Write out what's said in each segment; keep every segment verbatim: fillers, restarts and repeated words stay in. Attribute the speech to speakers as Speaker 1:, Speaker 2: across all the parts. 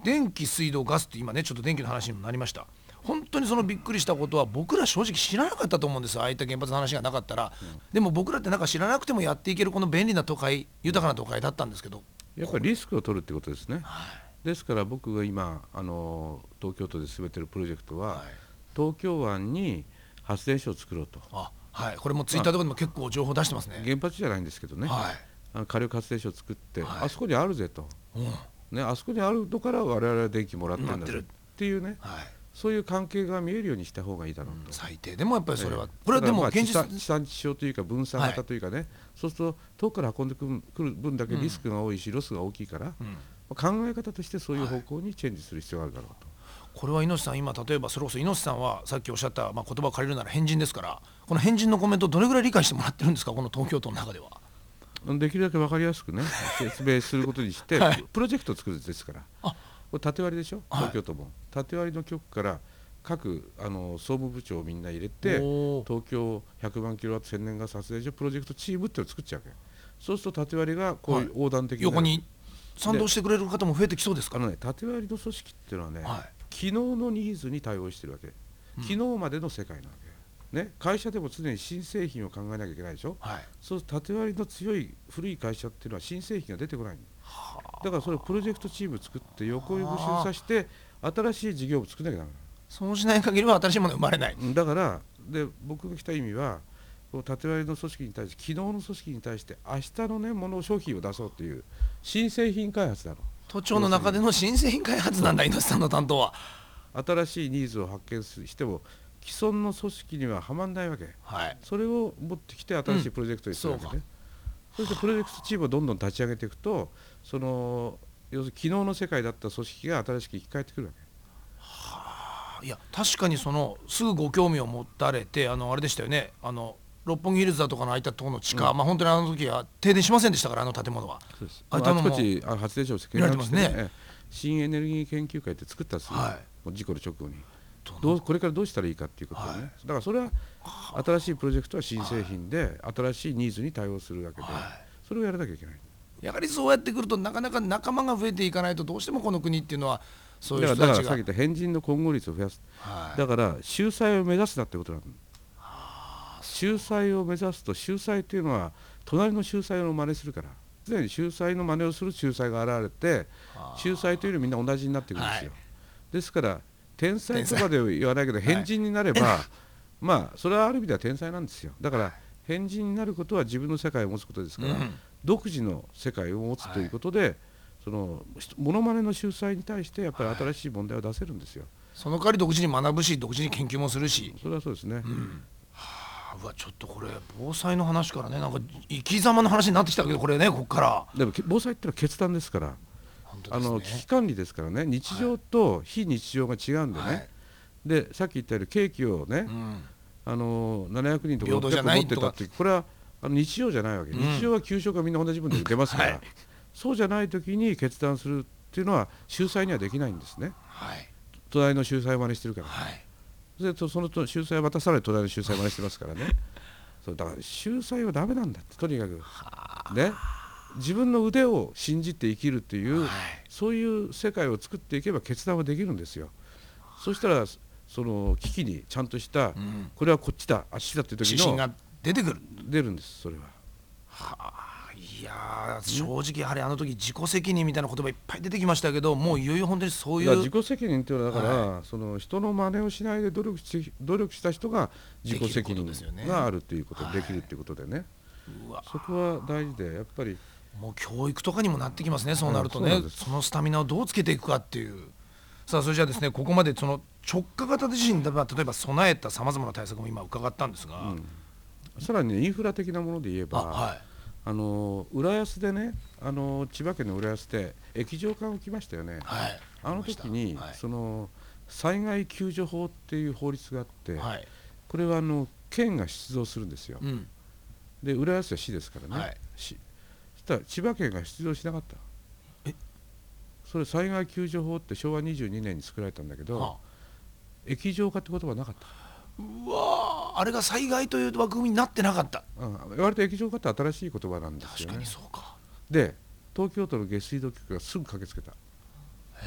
Speaker 1: 電気水道ガスって今ねちょっと電気の話にもなりました。本当にそのびっくりしたことは僕ら正直知らなかったと思うんですよ。ああいった原発の話がなかったら、うん、でも僕らってなんか知らなくてもやっていけるこの便利な都会、豊かな都会だったんですけど、
Speaker 2: やっぱりリスクを取るってことですね、はい、ですから僕が今あの東京都で進めているプロジェクトは、はい、東京湾に発電所を作ろうと。
Speaker 1: あ、はい、これもツイッターとかでも結構情報出してますね。
Speaker 2: 原発じゃないんですけどね、はい、あの火力発電所を作って、はい、あそこにあるぜと、うんね、あそこにあるのから我々は電気もらってるんだぜっていうね、はい、そういう関係が見えるようにした方がいいだろうと、うん、
Speaker 1: 最低でもやっぱりそれは、
Speaker 2: えー、
Speaker 1: これはでも現実
Speaker 2: 地産地消というか分散型というかね、はい、そうすると遠くから運んでくる分だけリスクが多いし、うん、ロスが大きいから、うん、考え方としてそういう方向にチェンジする必要があるだろうと、はい、
Speaker 1: これは猪瀬さん、今例えばそれこそ猪瀬さんはさっきおっしゃった、まあ、言葉を借りるなら変人ですから、この変人のコメントをどれぐらい理解してもらってるんですか、この東京都の中では。
Speaker 2: できるだけ分かりやすくね説明することにして、はい、プロジェクトを作るんですから。あ、これ縦割りでしょ、東京都も、はい、縦割りの局から各あの総務部長をみんな入れて、東京ひゃくまんキロワット千年ガス発電所プロジェクトチームっていうのを作っちゃうわけ。そうすると縦割りがこういう横断的に、はい、
Speaker 1: 横に賛同してくれる方も増えてきそうですか。
Speaker 2: あの、ね、縦割りの組織っていうのはね、はい、昨日のニーズに対応してるわけ、うん、昨日までの世界なわけね、会社でも常に新製品を考えなきゃいけないでしょ、はい、そうすると縦割りの強い古い会社っていうのは新製品が出てこない。だからそれをプロジェクトチーム作って横に募集させて新しい事業を作らなきゃダメなの。
Speaker 1: そうしない限りは新しいものが生まれない。
Speaker 2: だからで僕が来た意味はこの縦割りの組織に対して昨日の組織に対して明日のねもの商品を出そうという新製品開発なの。
Speaker 1: 都庁の中での新製品開発なんだ、猪瀬さんの担当は。
Speaker 2: 新しいニーズを発見しても既存の組織にははまんないわけ、はい、それを持ってきて新しいプロジェクトにするわけね、うん、そ, そしてプロジェクトチームをどんどん立ち上げていくと、その要するに昨日の世界だった組織が新しく生き返ってくるわけ。
Speaker 1: はあ、いや確かにそのすぐご興味を持たれて、あのあれでしたよね、あの六本木ヒルズだとかの空いたところの地下、うん、まあ本当にあの時は停電しませんでしたから、あの建物は。
Speaker 2: そうです。あちこち発電所を設計して、ねね、新エネルギー研究会って作ったんですよ、はい、もう事故の直後に。どうこれからどうしたらいいかっていうことをね、はい、だからそれは新しいプロジェクトは新製品で新しいニーズに対応するわけで、はい、それをやらなきゃいけない。
Speaker 1: やはりそうやってくるとなかなか仲間が増えていかないと、どうしてもこの国っていうのはそういう人たちが
Speaker 2: だからさっき言った変人の混合率を増やす、はい、だから秀才を目指すなってことなの。秀才を目指すと、秀才っていうのは隣の秀才を真似するから、常に秀才の真似をする秀才が現れて、秀才というよりみんな同じになっていくんですよ、はい、ですから天才とかで言わないけど変人になれば、はい、まあそれはある意味では天才なんですよ。だから変人になることは自分の世界を持つことですから、うん、独自の世界を持つということで、はい、そのモノマネの秀才に対してやっぱり新しい問題を出せるんですよ、はい、
Speaker 1: その代わり独自に学ぶし独自に研究もするし、
Speaker 2: それはそうですね、うん、
Speaker 1: はあ、うわちょっとこれ防災の話からね、なんか生き様の話になってきたけど、これねここから
Speaker 2: でも防災ってのは決断ですから、あの危機管理ですからね、日常と非日常が違うんでね、はい、でさっき言ったようにケーキをね、うん、あのななひゃくにんとかろっぴゃく持ってたって、これはあの日常じゃないわけ、うん、日常は給食がみんな同じ分で出ますから、はい、そうじゃない時に決断するっていうのは秀才にはできないんですね、はい、隣の秀才を真似してるから、はい、でその秀才を渡され隣の秀才を真似してますからねそうだから秀才はダメなんだって、とにかくね、自分の腕を信じて生きるっていう、はい、そういう世界を作っていけば決断はできるんですよ。そしたらその危機にちゃんとした、うん、これはこっちだあっちだっていう時の
Speaker 1: 自信が出てくる
Speaker 2: 出るんです、それは。
Speaker 1: はあ、いや正直やはりあの時自己責任みたいな言葉いっぱい出てきましたけど、もういよいよ本当にそういう
Speaker 2: 自己責任っていうのはだから、はい、その人の真似をしないで努力し、努力した人が自己責任があるということでできるっていうことでね、はい、うわそこは大事で、やっぱり
Speaker 1: もう教育とかにもなってきますね、そうなるとね、そのスタミナをどうつけていくかっていう。さあそれじゃあですね、ここまでその直下型地震で例えば備えたさまざまな対策も今伺ったんですが、うん、
Speaker 2: さらに、ね、インフラ的なもので言えば、あ、はい、あの浦安でね、あの千葉県の浦安で液状化が起きましたよね、はい、あの時に、はい、その災害救助法っていう法律があって、はい、これはあの県が出動するんですよ、うん、で浦安は市ですからね、はい、市そしたら千葉県が出動しなかった。えそれ災害救助法ってしょうわにじゅうにねんに作られたんだけど、はあ、液状化って言葉はなかった。
Speaker 1: うわあれが災害という枠組みになってなかった、
Speaker 2: うん、割と液状化って新しい言葉なんですよね。
Speaker 1: 確かにそうか。
Speaker 2: で東京都の下水道局がすぐ駆けつけた。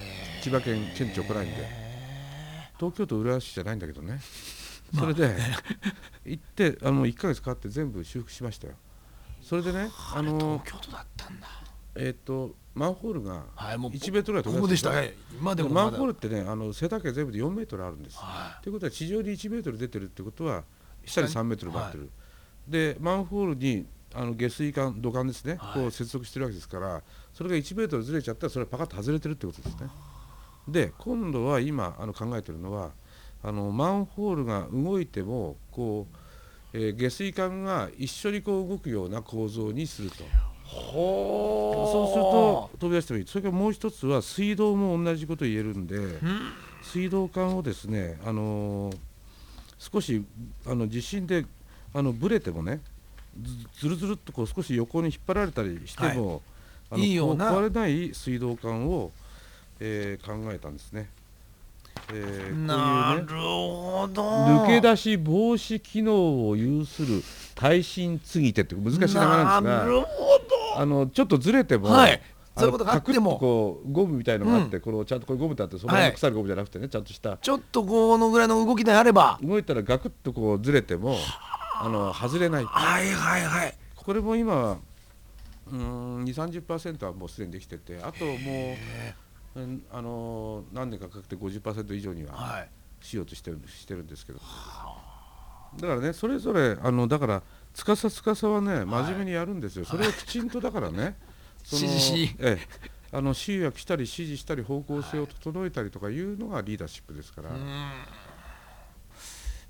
Speaker 2: 千葉県県庁来ないんで、東京都浦安市じゃないんだけどね、それで行ってあのいっかげつかかって全部修復しましたよ。それでね、
Speaker 1: あの東京都だったんだ。
Speaker 2: えっとマンホールがいちメートルぐらい飛び出して、
Speaker 1: ここでした、はい、今でも
Speaker 2: マンホールってね、あの背丈全部でよんメートルあるんです。
Speaker 1: はい、
Speaker 2: ということは地上にいちメートル出てるってことは下にさんメートル待ってる、はい、でマンホールにあの下水管土管ですね、はい、こう接続してるわけですから、それがいちメートルずれちゃったらそれはパカッと外れてるってことですね。で今度は今あの考えてるのは、あのマンホールが動いてもこう、えー、下水管が一緒にこう動くような構造にすると。
Speaker 1: ほ
Speaker 2: そうすると飛び出してもいい。それからもう一つは水道も同じこと言えるんで、ん水道管をですね、あのー、少しあの地震であのブレてもね、ずずるずるっとこう少し横に引っ張られたりしても、はい、あのいいような壊れない水道管を、えー、考えたんですね。えー、
Speaker 1: なるほど、
Speaker 2: 抜け出し防止機能を有する耐震継ぎ手って難しい名前なんですが、なるほど、あのちょっとずれても、はい、
Speaker 1: そういうことがあっても
Speaker 2: こうゴムみたいのがあって、うん、このちゃんとこうゴムってあって、そのまま腐るゴムじゃなくてね、はい、ちゃんとした
Speaker 1: ちょっとこのぐらいの動きであれば
Speaker 2: 動いたらガクッとこうずれてもあの外れない。
Speaker 1: はいはいはい。
Speaker 2: これも今うーん にじゅう、さんじゅっパーセント はもうすでにできてて、あともうあの何年かかけて ごじゅっパーセント 以上にはしようとしてる、してるんですけど、だからね、それぞれあのだから司司はね真面目にやるんですよ、はい、それをきちんとだからねその
Speaker 1: 指示し、
Speaker 2: ええ、あの集約したり指示したり方向性を整えたりとかいうのがリーダーシップですから、はい、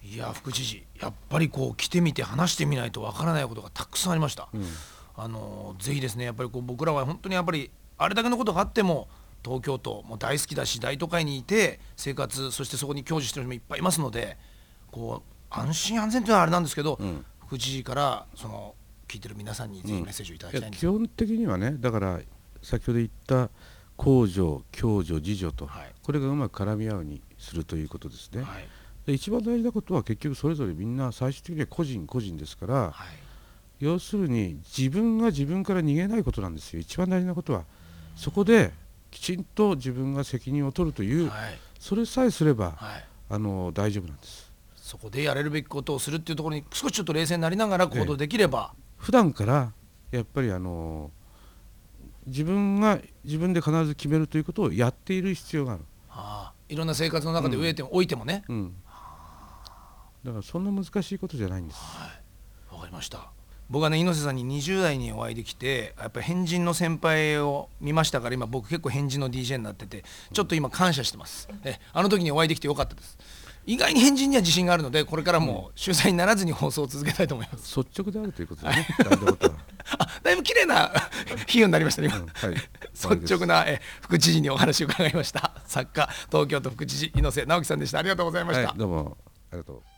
Speaker 1: いや副知事やっぱりこう来てみて話してみないとわからないことがたくさんありました、うん、あのぜひですねやっぱりこう僕らは本当にやっぱりあれだけのことがあっても東京都も大好きだし大都会にいて生活そしてそこに享受してる人もいっぱいいますので、こう安心安全というのはあれなんですけど、うん、副知事からその聞いてる皆さんにぜひメッセージをいただきたいんです、
Speaker 2: うん、基本的にはね、だから先ほど言った公助共助自助と、はい、これがうまく絡み合うにするということですね、はい、で一番大事なことは結局それぞれみんな最終的には個人個人ですから、はい、要するに自分が自分から逃げないことなんですよ。一番大事なことはそこできちんと自分が責任を取るという、はい、それさえすれば、はい、あの大丈夫なんです。
Speaker 1: そこでやれるべきことをするっていうところに少しちょっと冷静になりながら行動できれば、
Speaker 2: ええ、普段からやっぱりあの自分が自分で必ず決めるということをやっている必要がある、
Speaker 1: はあ、いろんな生活の中で植えても、うん、置いてもね、うん、
Speaker 2: だからそんな難しいことじゃないんです。
Speaker 1: はい、わかりました。僕はね猪瀬さんににじゅう代にお会いできてやっぱり変人の先輩を見ましたから、今僕結構変人の ディージェー になっててちょっと今感謝してます、うん、えあの時にお会いできてよかったです。意外に変人には自信があるのでこれからも取材にならずに放送を続けたいと思います。
Speaker 2: 率直であるということですね
Speaker 1: あ、だいぶ綺麗な比喩になりましたね今、うんはい、率直なえ副知事にお話を伺いました。作家東京都副知事猪瀬直樹さんでした。ありがとうございました、
Speaker 2: はい、どうもありがとう。